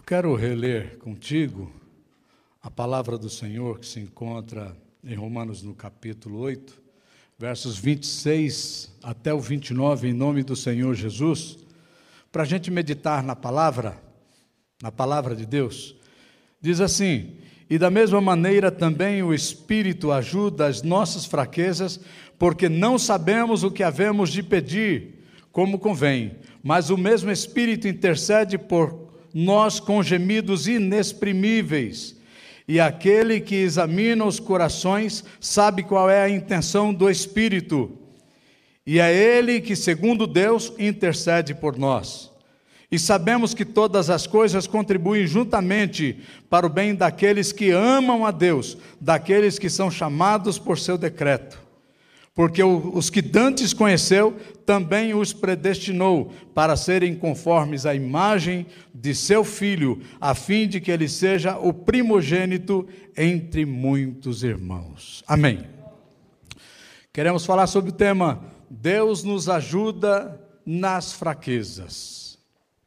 Quero reler contigo a palavra do Senhor que se encontra em Romanos no capítulo 8, versos 26 até o 29, em nome do Senhor Jesus, para a gente meditar na palavra de Deus. Diz assim: e da mesma maneira também o Espírito ajuda as nossas fraquezas, porque não sabemos o que havemos de pedir como convém, mas o mesmo Espírito intercede por nós com gemidos inexprimíveis, e aquele que examina os corações sabe qual é a intenção do Espírito, e é Ele que, segundo Deus, intercede por nós. E sabemos que todas as coisas contribuem juntamente para o bem daqueles que amam a Deus, daqueles que são chamados por seu decreto. Porque os que dantes conheceu, também os predestinou para serem conformes à imagem de seu Filho, a fim de que ele seja o primogênito entre muitos irmãos. Amém. Queremos falar sobre o tema: Deus nos ajuda nas fraquezas.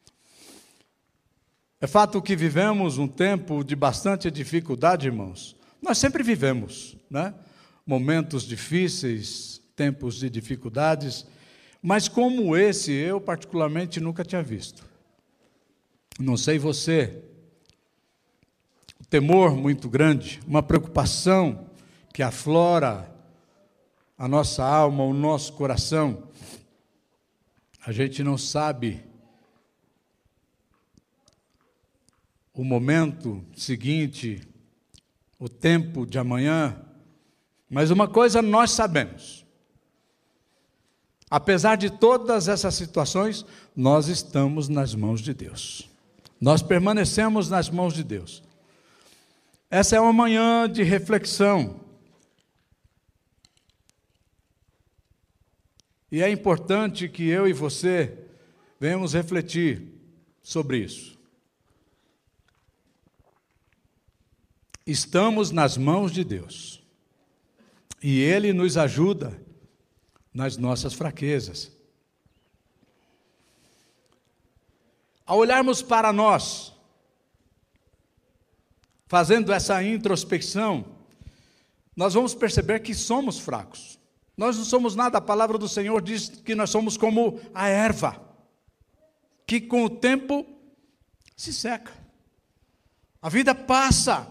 É fato que vivemos um tempo de bastante dificuldade, irmãos. Nós sempre vivemos, né? Momentos difíceis, tempos de dificuldades, mas como esse, eu particularmente nunca tinha visto. Não sei você, o temor muito grande, uma preocupação que aflora a nossa alma, o nosso coração. A gente não sabe o momento seguinte, o tempo de amanhã, mas uma coisa nós sabemos: apesar de todas essas situações, nós estamos nas mãos de Deus. Nós permanecemos nas mãos de Deus. Essa é uma manhã de reflexão. E é importante que eu e você venhamos refletir sobre isso. Estamos nas mãos de Deus. E Ele nos ajuda nas nossas fraquezas. Ao olharmos para nós, fazendo essa introspecção, nós vamos perceber que somos fracos. Nós não somos nada. A palavra do Senhor diz que nós somos como a erva, que com o tempo se seca. A vida passa.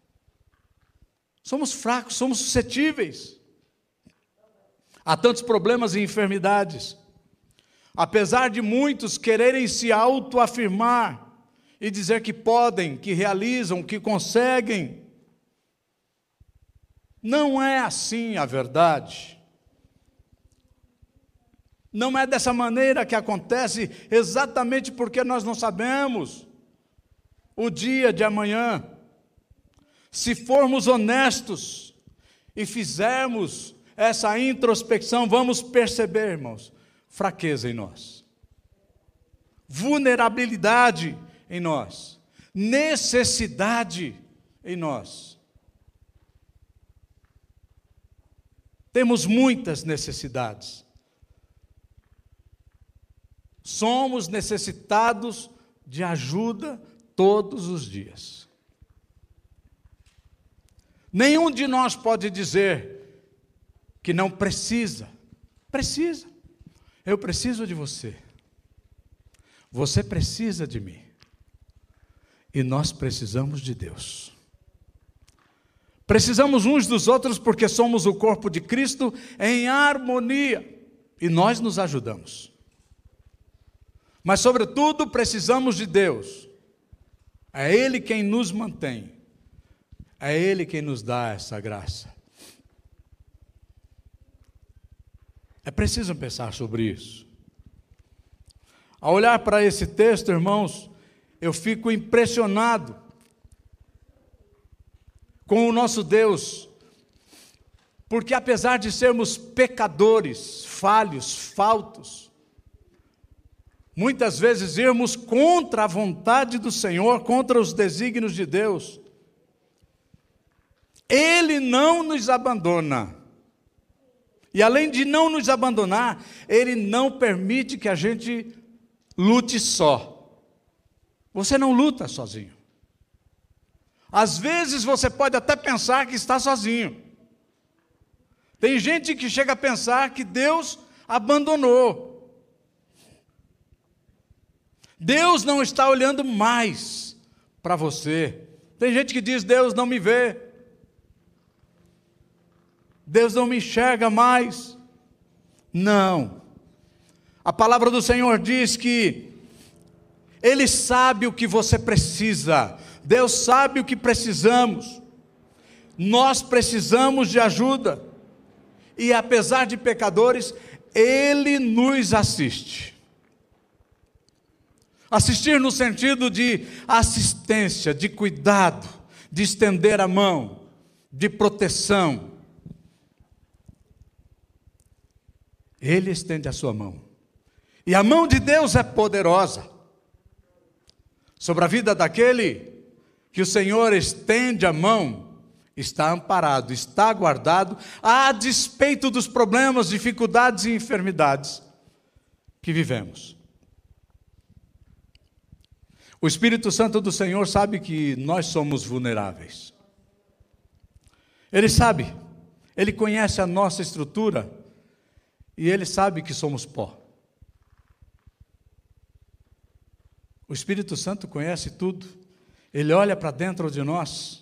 Somos fracos, somos suscetíveis a tantos problemas e enfermidades. Apesar de muitos quererem se autoafirmar e dizer que podem, que realizam, que conseguem, não é assim a verdade. Não é dessa maneira que acontece, exatamente porque nós não sabemos o dia de amanhã. Se formos honestos e fizermos essa introspecção, vamos perceber, irmãos, fraqueza em nós, vulnerabilidade em nós, necessidade em nós. Temos muitas necessidades. Somos necessitados de ajuda todos os dias. Nenhum de nós pode dizer que não precisa. Precisa. Eu preciso de você. Você precisa de mim. E nós precisamos de Deus. Precisamos uns dos outros porque somos o corpo de Cristo em harmonia. E nós nos ajudamos. Mas, sobretudo, precisamos de Deus. É Ele quem nos mantém. É Ele quem nos dá essa graça. É preciso pensar sobre isso. Ao olhar para esse texto, irmãos, eu fico impressionado com o nosso Deus, porque apesar de sermos pecadores, falhos, faltos, muitas vezes irmos contra a vontade do Senhor, contra os desígnios de Deus, Ele não nos abandona. E além de não nos abandonar, Ele não permite que a gente lute só. Você não luta sozinho. Às vezes você pode até pensar que está sozinho. Tem gente que chega a pensar que Deus abandonou. Deus não está olhando mais para você. Tem gente que diz: Deus não me vê. Deus não me enxerga mais. Não. A palavra do Senhor diz que Ele sabe o que você precisa. Deus sabe o que precisamos. Nós precisamos de ajuda. E apesar de pecadores, Ele nos assiste. Assistir no sentido de assistência, de cuidado, de estender a mão, de proteção. Ele estende a sua mão. E a mão de Deus é poderosa sobre a vida daquele que o Senhor estende a mão. Está amparado, está guardado, a despeito dos problemas, dificuldades e enfermidades que vivemos. O Espírito Santo do Senhor sabe que nós somos vulneráveis. Ele sabe, Ele conhece a nossa estrutura e Ele sabe que somos pó. O Espírito Santo conhece tudo, Ele olha para dentro de nós.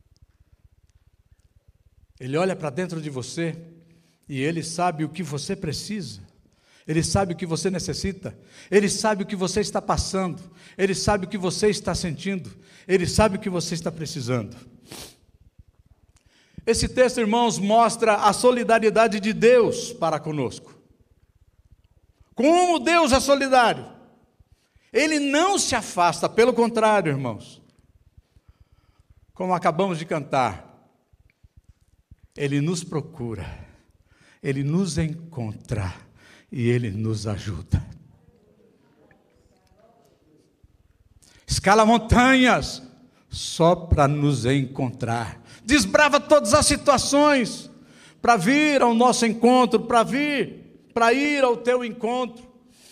Ele olha para dentro de você e Ele sabe o que você precisa. Ele sabe o que você necessita. Ele sabe o que você está passando. Ele sabe o que você está sentindo. Ele sabe o que você está precisando. Esse texto, irmãos, mostra a solidariedade de Deus para conosco. Como Deus é solidário. Ele não se afasta, pelo contrário, irmãos. Como acabamos de cantar, Ele nos procura, Ele nos encontra e Ele nos ajuda. Escala montanhas só para nos encontrar. Desbrava todas as situações para vir ao nosso encontro, para ir ao teu encontro,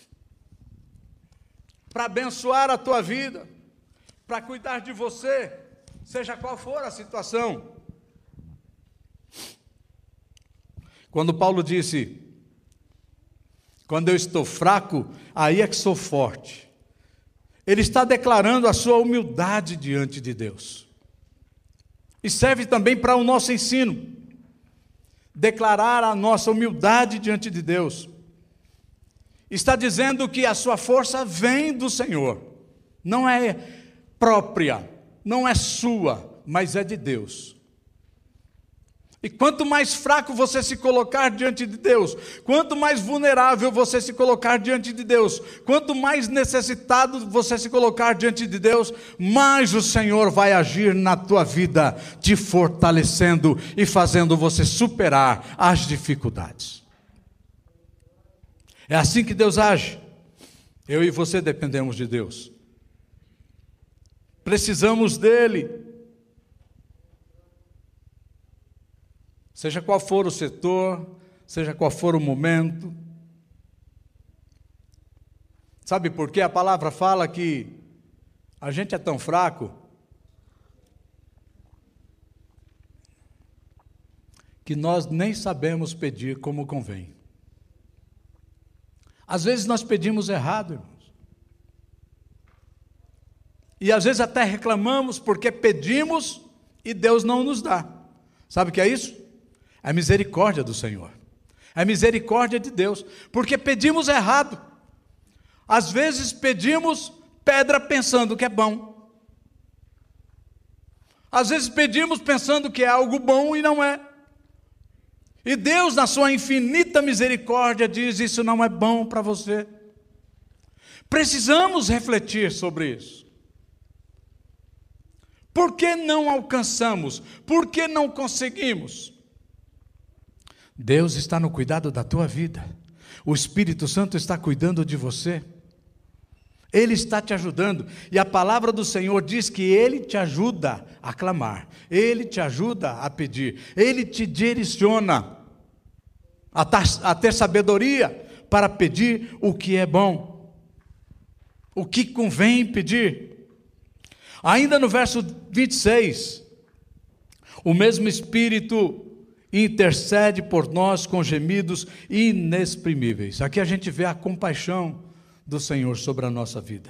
para abençoar a tua vida, para cuidar de você, seja qual for a situação. Quando Paulo disse: quando eu estou fraco, aí é que sou forte. Ele está declarando a sua humildade diante de Deus. E serve também para o nosso ensino. Declarar a nossa humildade diante de Deus. Está dizendo que a sua força vem do Senhor. Não é própria, não é sua, mas é de Deus. E quanto mais fraco você se colocar diante de Deus, quanto mais vulnerável você se colocar diante de Deus, quanto mais necessitado você se colocar diante de Deus, mais o Senhor vai agir na tua vida, te fortalecendo e fazendo você superar as dificuldades. É assim que Deus age. Eu e você dependemos de Deus. Precisamos dEle. Seja qual for o setor, seja qual for o momento. Sabe por quê? A palavra fala que a gente é tão fraco que nós nem sabemos pedir como convém. Às vezes nós pedimos errado, irmãos. E às vezes até reclamamos porque pedimos e Deus não nos dá. Sabe o que é isso? É misericórdia do Senhor. É misericórdia de Deus. Porque pedimos errado. Às vezes pedimos pedra pensando que é bom. Às vezes pedimos pensando que é algo bom e não é. E Deus, na sua infinita misericórdia, diz: isso não é bom para você. Precisamos refletir sobre isso. Por que não alcançamos? Por que não conseguimos? Deus está no cuidado da tua vida. O Espírito Santo está cuidando de você. Ele está te ajudando. E a palavra do Senhor diz que Ele te ajuda a clamar. Ele te ajuda a pedir. Ele te direciona a ter sabedoria para pedir o que é bom. O que convém pedir. Ainda no verso 26, o mesmo Espírito intercede por nós com gemidos inexprimíveis. Aqui a gente vê a compaixão do Senhor sobre a nossa vida.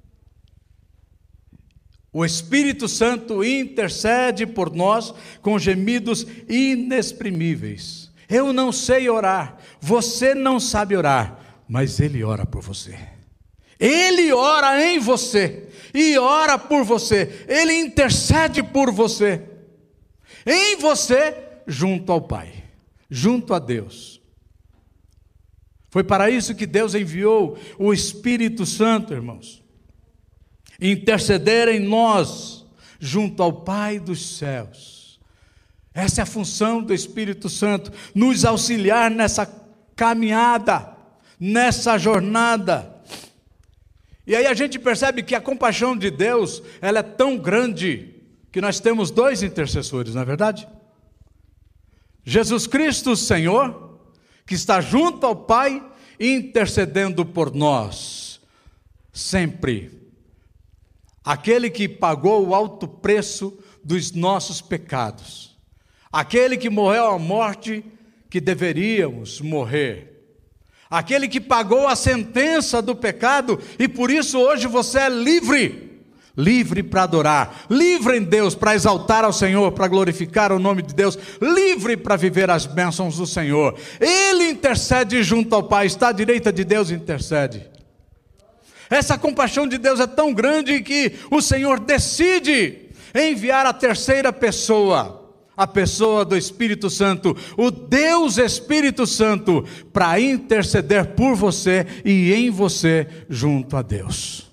O Espírito Santo intercede por nós com gemidos inexprimíveis. Eu não sei orar, você não sabe orar, mas Ele ora por você. Ele ora em você e ora por você. Ele intercede por você, em você, junto ao Pai, junto a Deus. Foi para isso que Deus enviou o Espírito Santo, irmãos, interceder em nós, junto ao Pai dos céus. Essa é a função do Espírito Santo, nos auxiliar nessa caminhada, nessa jornada. E aí a gente percebe que a compaixão de Deus, ela é tão grande, que nós temos dois intercessores, não é verdade? Jesus Cristo, o Senhor, que está junto ao Pai, intercedendo por nós, sempre. Aquele que pagou o alto preço dos nossos pecados. Aquele que morreu a morte que deveríamos morrer. Aquele que pagou a sentença do pecado e por isso hoje você é livre. Livre para adorar, livre em Deus para exaltar ao Senhor, para glorificar o nome de Deus, livre para viver as bênçãos do Senhor. Ele intercede junto ao Pai, está à direita de Deus e intercede. Essa compaixão de Deus é tão grande que o Senhor decide enviar a terceira pessoa, a pessoa do Espírito Santo, o Deus Espírito Santo, para interceder por você e em você junto a Deus.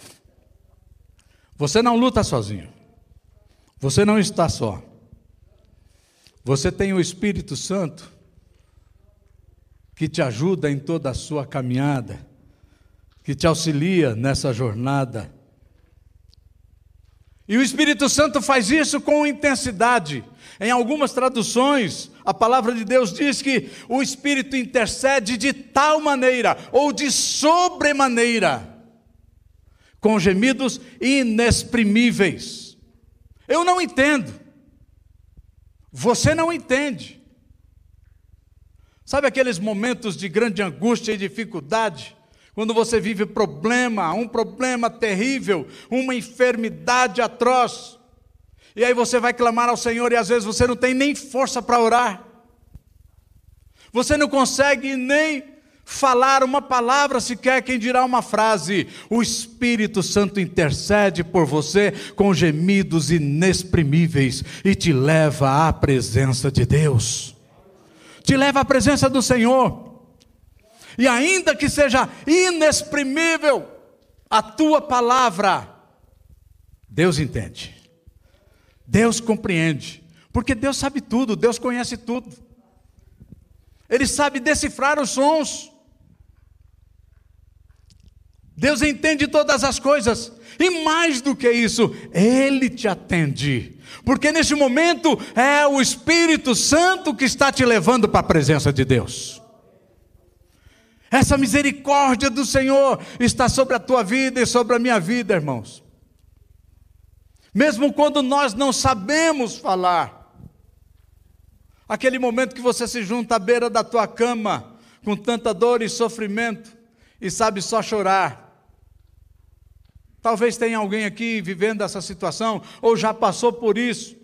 Você não luta sozinho, você não está só, você tem o Espírito Santo que te ajuda em toda a sua caminhada, que te auxilia nessa jornada, e o Espírito Santo faz isso com intensidade. Em algumas traduções, a palavra de Deus diz que o Espírito intercede de tal maneira, ou de sobremaneira, com gemidos inexprimíveis. Eu não entendo. Você não entende. Sabe aqueles momentos de grande angústia e dificuldade? Quando você vive um problema terrível, uma enfermidade atroz. E aí você vai clamar ao Senhor e às vezes você não tem nem força para orar. Você não consegue nem falar uma palavra sequer, quem dirá uma frase. O Espírito Santo intercede por você com gemidos inexprimíveis e te leva à presença de Deus, te leva à presença do Senhor. E ainda que seja inexprimível a tua palavra, Deus entende, Deus compreende, porque Deus sabe tudo, Deus conhece tudo, Ele sabe decifrar os sons. Deus entende todas as coisas, e mais do que isso, Ele te atende, porque neste momento é o Espírito Santo que está te levando para a presença de Deus. Essa misericórdia do Senhor está sobre a tua vida e sobre a minha vida, irmãos. Mesmo quando nós não sabemos falar, aquele momento que você se junta à beira da tua cama, com tanta dor e sofrimento, e sabe só chorar. Talvez tenha alguém aqui vivendo essa situação, ou já passou por isso.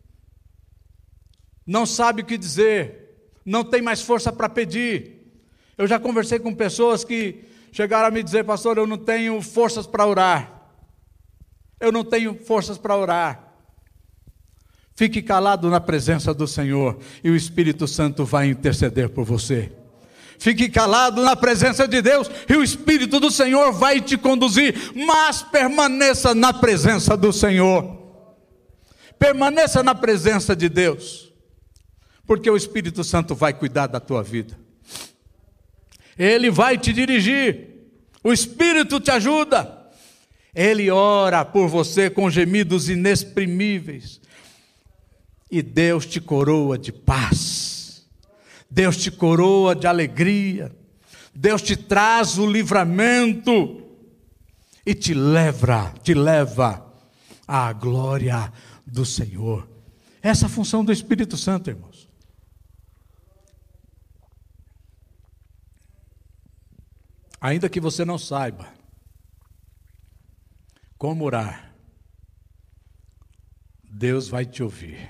Não sabe o que dizer, não tem mais força para pedir. Eu já conversei com pessoas que chegaram a me dizer: pastor, eu não tenho forças para orar. Eu não tenho forças para orar. Fique calado na presença do Senhor, e o Espírito Santo vai interceder por você. Fique calado na presença de Deus, e o Espírito do Senhor vai te conduzir, mas permaneça na presença do Senhor. Permaneça na presença de Deus, porque o Espírito Santo vai cuidar da tua vida. Ele vai te dirigir, o Espírito te ajuda. Ele ora por você com gemidos inexprimíveis, e Deus te coroa de paz. Deus te coroa de alegria, Deus te traz o livramento e te leva à glória do Senhor. Essa é a função do Espírito Santo, irmãos. Ainda que você não saiba como orar, Deus vai te ouvir.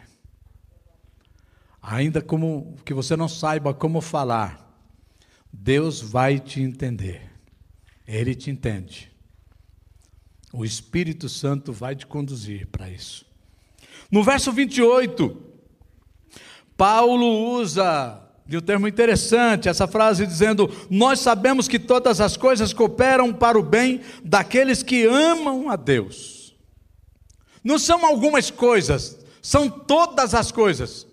Ainda que você não saiba como falar, Deus vai te entender. Ele te entende. O Espírito Santo vai te conduzir para isso. No verso 28, Paulo usa de um termo interessante, essa frase dizendo: nós sabemos que todas as coisas cooperam para o bem daqueles que amam a Deus. Não são algumas coisas, são todas as coisas.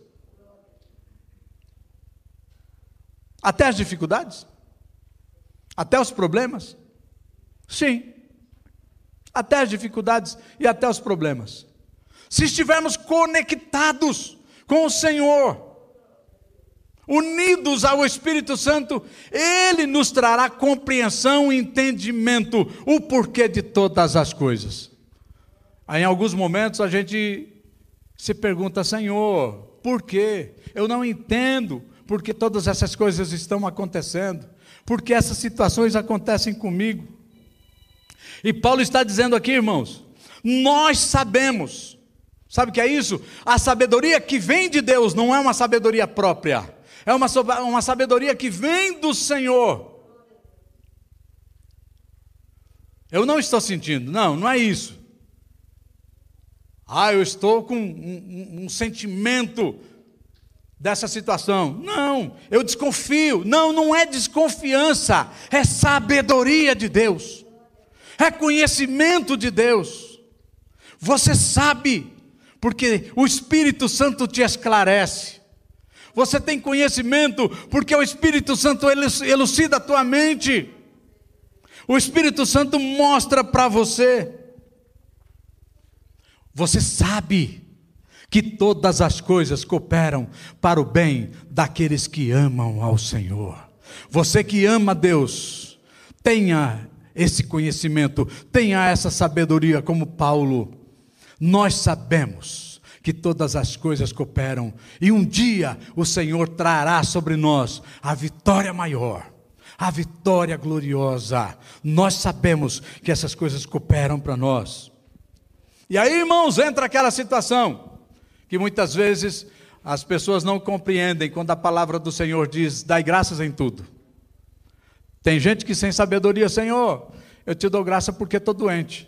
Até as dificuldades? Até os problemas? Sim. Até as dificuldades e até os problemas. Se estivermos conectados com o Senhor, unidos ao Espírito Santo, Ele nos trará compreensão e entendimento, o porquê de todas as coisas. Aí, em alguns momentos a gente se pergunta: Senhor, por quê? Eu não entendo porque todas essas coisas estão acontecendo, porque essas situações acontecem comigo. E Paulo está dizendo aqui, irmãos, nós sabemos. Sabe o que é isso? A sabedoria que vem de Deus não é uma sabedoria própria, é uma sabedoria que vem do Senhor. Eu não estou sentindo, não é isso. Eu estou com um sentimento dessa situação. Não, eu desconfio. Não é desconfiança, é sabedoria de Deus, é conhecimento de Deus. Você sabe, porque o Espírito Santo te esclarece. Você tem conhecimento, porque o Espírito Santo elucida a tua mente. O Espírito Santo mostra para você. Você sabe que todas as coisas cooperam para o bem daqueles que amam ao Senhor. Você que ama a Deus, tenha esse conhecimento, tenha essa sabedoria como Paulo. Nós sabemos que todas as coisas cooperam, e um dia o Senhor trará sobre nós a vitória maior, a vitória gloriosa. Nós sabemos que essas coisas cooperam para nós. E aí, irmãos, entra aquela situação que muitas vezes as pessoas não compreendem quando a palavra do Senhor diz: dai graças em tudo. Tem gente que sem sabedoria: Senhor, eu te dou graça porque estou doente.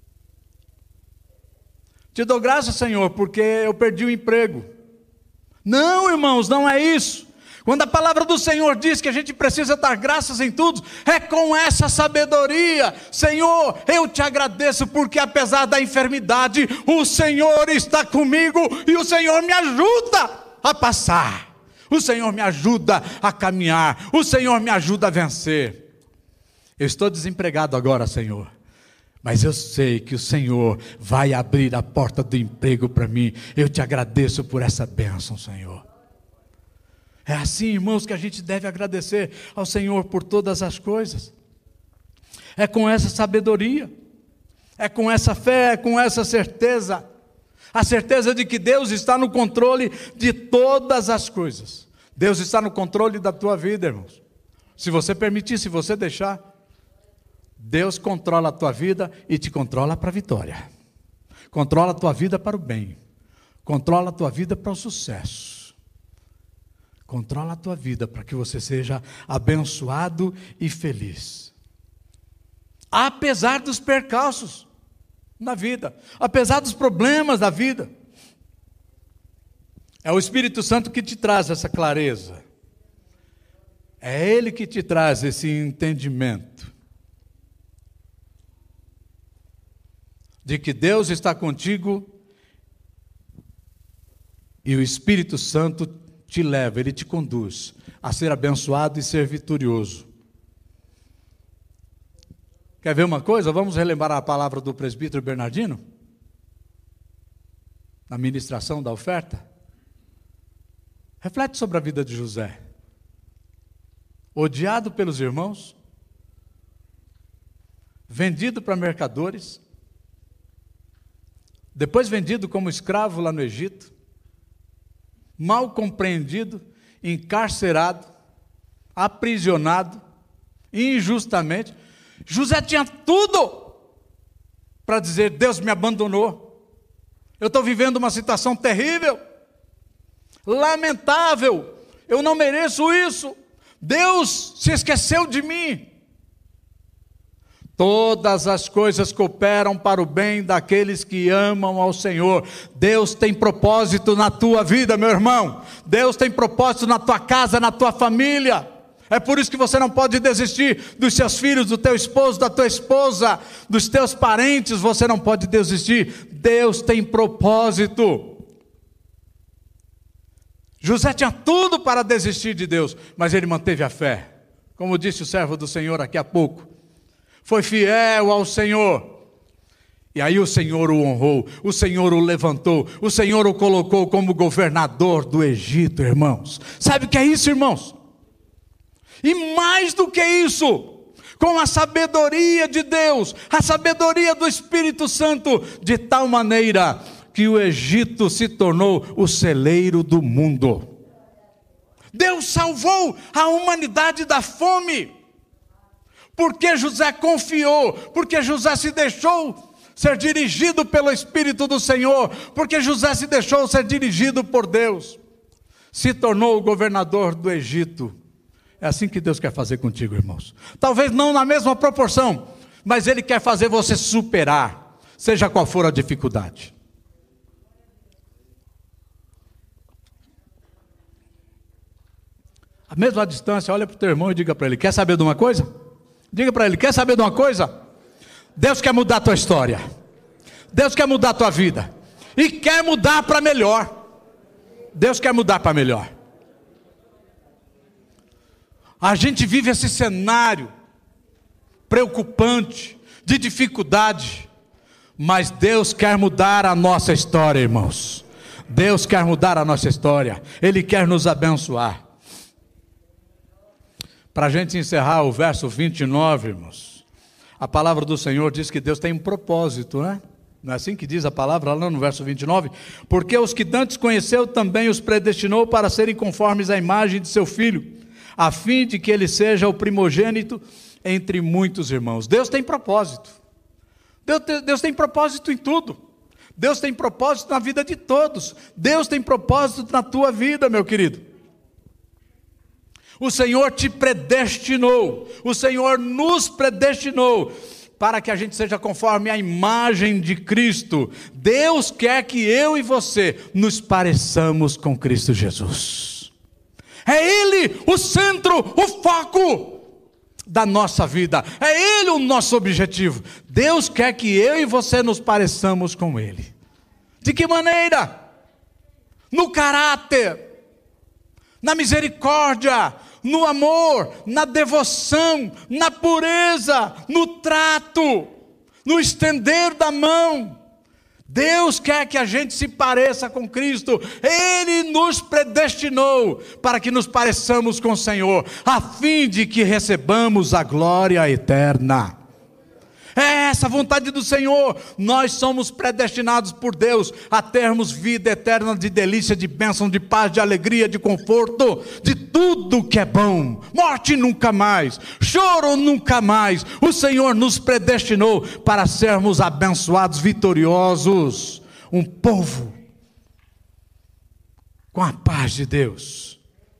Te dou graça, Senhor, porque eu perdi o emprego. Não, irmãos, não é isso. Quando a palavra do Senhor diz que a gente precisa dar graças em tudo, é com essa sabedoria: Senhor, eu te agradeço porque apesar da enfermidade, o Senhor está comigo e o Senhor me ajuda a passar. O Senhor me ajuda a caminhar, o Senhor me ajuda a vencer. Eu estou desempregado agora, Senhor, mas eu sei que o Senhor vai abrir a porta do emprego para mim. Eu te agradeço por essa bênção, Senhor. É assim, irmãos, que a gente deve agradecer ao Senhor por todas as coisas. É com essa sabedoria, é com essa fé, é com essa certeza. A certeza de que Deus está no controle de todas as coisas. Deus está no controle da tua vida, irmãos. Se você permitir, se você deixar, Deus controla a tua vida e te controla para a vitória. Controla a tua vida para o bem. Controla a tua vida para o sucesso. Controla a tua vida para que você seja abençoado e feliz. Apesar dos percalços na vida, apesar dos problemas da vida, é o Espírito Santo que te traz essa clareza. É Ele que te traz esse entendimento de que Deus está contigo e o Espírito Santo te leva, Ele te conduz a ser abençoado e ser vitorioso. Quer ver uma coisa? Vamos relembrar a palavra do presbítero Bernardino? Na ministração da oferta. Reflete sobre a vida de José. Odiado pelos irmãos, vendido para mercadores, depois vendido como escravo lá no Egito, mal compreendido, encarcerado, aprisionado, injustamente. José tinha tudo para dizer: Deus me abandonou, eu estou vivendo uma situação terrível, lamentável, eu não mereço isso, Deus se esqueceu de mim. Todas as coisas cooperam para o bem daqueles que amam ao Senhor. Deus tem propósito na tua vida, meu irmão. Deus tem propósito na tua casa, na tua família. É por isso que você não pode desistir dos seus filhos, do teu esposo, da tua esposa, dos teus parentes. Você não pode desistir. Deus tem propósito. José tinha tudo para desistir de Deus, mas ele manteve a fé. Como disse o servo do Senhor aqui há pouco, foi fiel ao Senhor, e aí o Senhor o honrou, o Senhor o levantou, o Senhor o colocou como governador do Egito, irmãos. Sabe o que é isso, irmãos? E mais do que isso, com a sabedoria de Deus, a sabedoria do Espírito Santo, de tal maneira que o Egito se tornou o celeiro do mundo. Deus salvou a humanidade da fome, porque José confiou, porque José se deixou ser dirigido pelo Espírito do Senhor, porque José se deixou ser dirigido por Deus, se tornou o governador do Egito. É assim que Deus quer fazer contigo, irmãos. Talvez não na mesma proporção, mas Ele quer fazer você superar, seja qual for a dificuldade. A mesma distância, olha para o teu irmão e diga para ele: quer saber de uma coisa? Diga para ele: quer saber de uma coisa? Deus quer mudar a tua história, Deus quer mudar a tua vida, e quer mudar para melhor. Deus quer mudar para melhor. A gente vive esse cenário preocupante, de dificuldade, mas Deus quer mudar a nossa história, irmãos. Deus quer mudar a nossa história, Ele quer nos abençoar. Para a gente encerrar o verso 29, irmãos, a palavra do Senhor diz que Deus tem um propósito, né? Não é assim que diz a palavra lá no verso 29? Porque os que dantes conheceu também os predestinou para serem conformes à imagem de seu Filho, a fim de que ele seja o primogênito entre muitos irmãos. Deus tem propósito. Deus tem propósito em tudo. Deus tem propósito na vida de todos. Deus tem propósito na tua vida, meu querido. O Senhor te predestinou, o Senhor nos predestinou para que a gente seja conforme a imagem de Cristo. Deus quer que eu e você nos pareçamos com Cristo Jesus. É Ele o centro, o foco da nossa vida, é Ele o nosso objetivo. Deus quer que eu e você nos pareçamos com Ele. De que maneira? No caráter, na misericórdia, no amor, na devoção, na pureza, no trato, no estender da mão. Deus quer que a gente se pareça com Cristo. Ele nos predestinou para que nos pareçamos com o Senhor, a fim de que recebamos a glória eterna. É essa a vontade do Senhor. Nós somos predestinados por Deus a termos vida eterna, de delícia, de bênção, de paz, de alegria, de conforto, de tudo que é bom. Morte nunca mais, choro nunca mais. O Senhor nos predestinou para sermos abençoados, vitoriosos, um povo com a paz de Deus.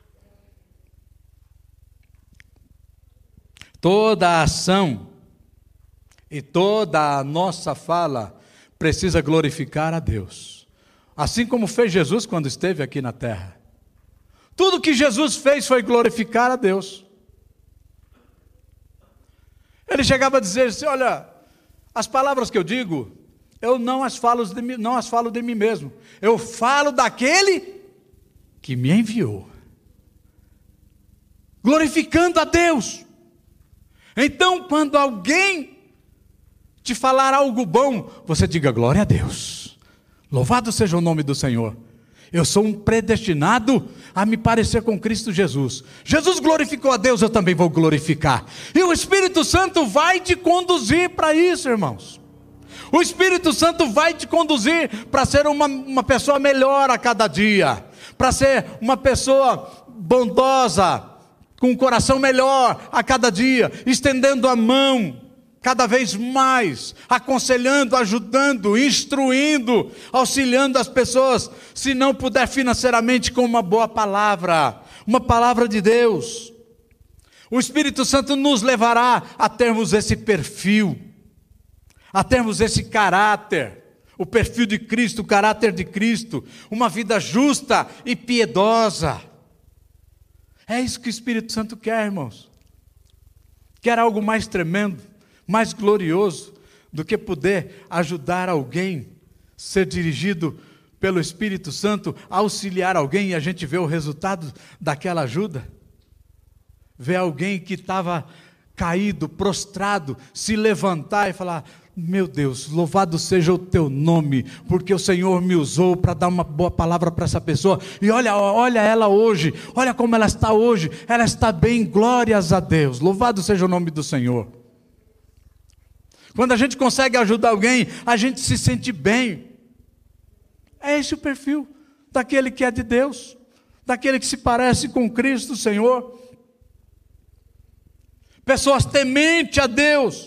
Toda a ação e toda a nossa fala precisa glorificar a Deus, assim como fez Jesus quando esteve aqui na terra. Tudo que Jesus fez foi glorificar a Deus. Ele chegava a dizer assim: olha, as palavras que eu digo, eu não as falo de mim mesmo, eu falo daquele que me enviou, glorificando a Deus. Então, quando alguém te falar algo bom, você diga: glória a Deus, louvado seja o nome do Senhor. Eu sou um predestinado a me parecer com Cristo Jesus. Jesus glorificou a Deus, eu também vou glorificar. E o Espírito Santo vai te conduzir para isso, irmãos. O Espírito Santo vai te conduzir para ser uma pessoa melhor a cada dia, para ser uma pessoa bondosa, com um coração melhor a cada dia, estendendo a mão cada vez mais, aconselhando, ajudando, instruindo, auxiliando as pessoas, se não puder financeiramente, com uma boa palavra, uma palavra de Deus. O Espírito Santo nos levará a termos esse perfil, a termos esse caráter, o perfil de Cristo, o caráter de Cristo, uma vida justa e piedosa. É isso que o Espírito Santo quer, irmãos. Quer algo mais tremendo, mais glorioso do que poder ajudar alguém, ser dirigido pelo Espírito Santo, auxiliar alguém e a gente vê o resultado daquela ajuda. Ver alguém que estava caído, prostrado, se levantar e falar: meu Deus, louvado seja o teu nome, porque o Senhor me usou para dar uma boa palavra para essa pessoa, e olha ela hoje, olha como ela está hoje, ela está bem, glórias a Deus, louvado seja o nome do Senhor. Quando a gente consegue ajudar alguém, a gente se sente bem. É esse o perfil daquele que é de Deus, daquele que se parece com Cristo, Senhor. Pessoas tementes a Deus,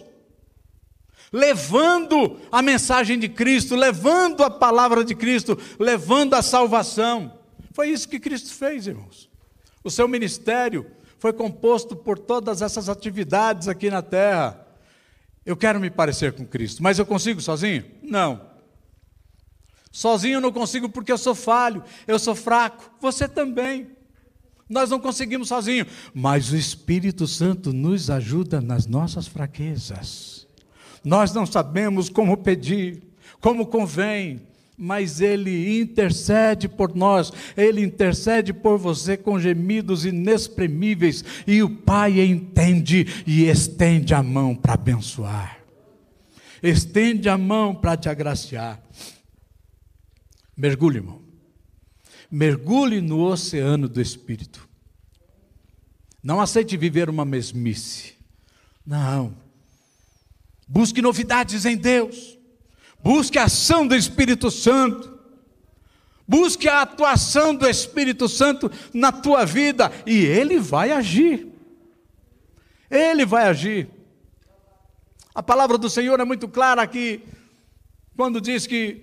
levando a mensagem de Cristo, levando a palavra de Cristo, levando a salvação. Foi isso que Cristo fez, irmãos. O seu ministério foi composto por todas essas atividades aqui na terra. Eu quero me parecer com Cristo, mas eu consigo sozinho? Não. Sozinho eu não consigo porque eu sou falho, eu sou fraco. Você também. Nós não conseguimos sozinho, mas o Espírito Santo nos ajuda nas nossas fraquezas. Nós não sabemos como pedir, como convém, mas Ele intercede por nós, Ele intercede por você com gemidos inexprimíveis, e o Pai entende e estende a mão para abençoar, estende a mão para te agraciar. Mergulhe, irmão, mergulhe no oceano do Espírito. Não aceite viver uma mesmice, não. Busque novidades em Deus. Busque a ação do Espírito Santo. Busque a atuação do Espírito Santo na tua vida. E Ele vai agir. Ele vai agir. A palavra do Senhor é muito clara aqui, quando diz que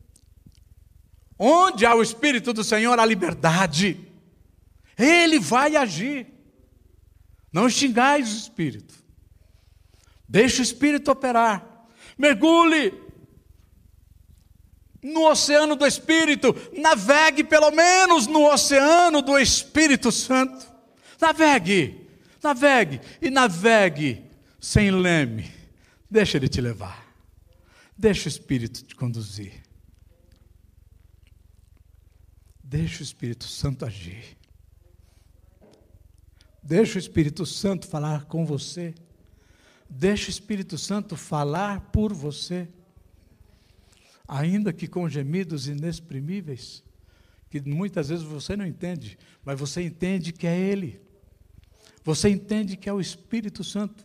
onde há o Espírito do Senhor, há liberdade. Ele vai agir. Não extingais o Espírito. Deixe o Espírito operar. Mergulhe no oceano do Espírito. Navegue pelo menos no oceano do Espírito Santo. Navegue, navegue e navegue sem leme. Deixa Ele te levar. Deixa o Espírito te conduzir. Deixa o Espírito Santo agir. Deixa o Espírito Santo falar com você. Deixa o Espírito Santo falar por você. Ainda que com gemidos inexprimíveis, que muitas vezes você não entende, mas você entende que é Ele. Você entende que é o Espírito Santo.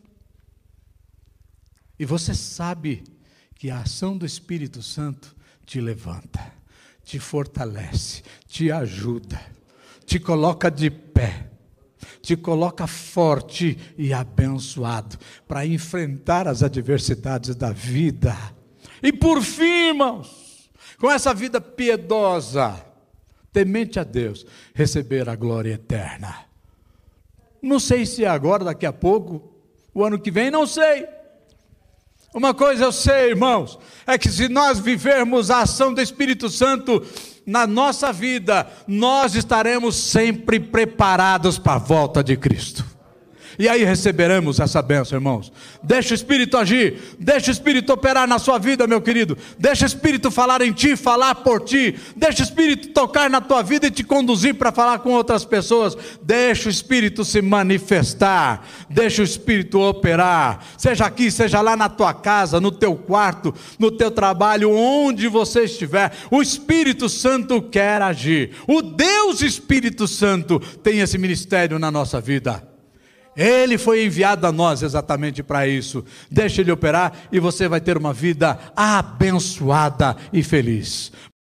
E você sabe que a ação do Espírito Santo te levanta, te fortalece, te ajuda, te coloca de pé, te coloca forte e abençoado para enfrentar as adversidades da vida. E por fim, irmãos, com essa vida piedosa, temente a Deus, receber a glória eterna. Não sei se é agora, daqui a pouco, o ano que vem, não sei. Uma coisa eu sei, irmãos, é que se nós vivermos a ação do Espírito Santo na nossa vida, nós estaremos sempre preparados para a volta de Cristo. E aí receberemos essa bênção, irmãos. Deixa o Espírito agir, deixa o Espírito operar na sua vida, meu querido. Deixa o Espírito falar em ti, falar por ti. Deixa o Espírito tocar na tua vida e te conduzir para falar com outras pessoas. Deixa o Espírito se manifestar, deixa o Espírito operar. Seja aqui, seja lá na tua casa, no teu quarto, no teu trabalho, onde você estiver. O Espírito Santo quer agir. O Deus Espírito Santo tem esse ministério na nossa vida. Ele foi enviado a nós exatamente para isso. Deixa Ele operar e você vai ter uma vida abençoada e feliz.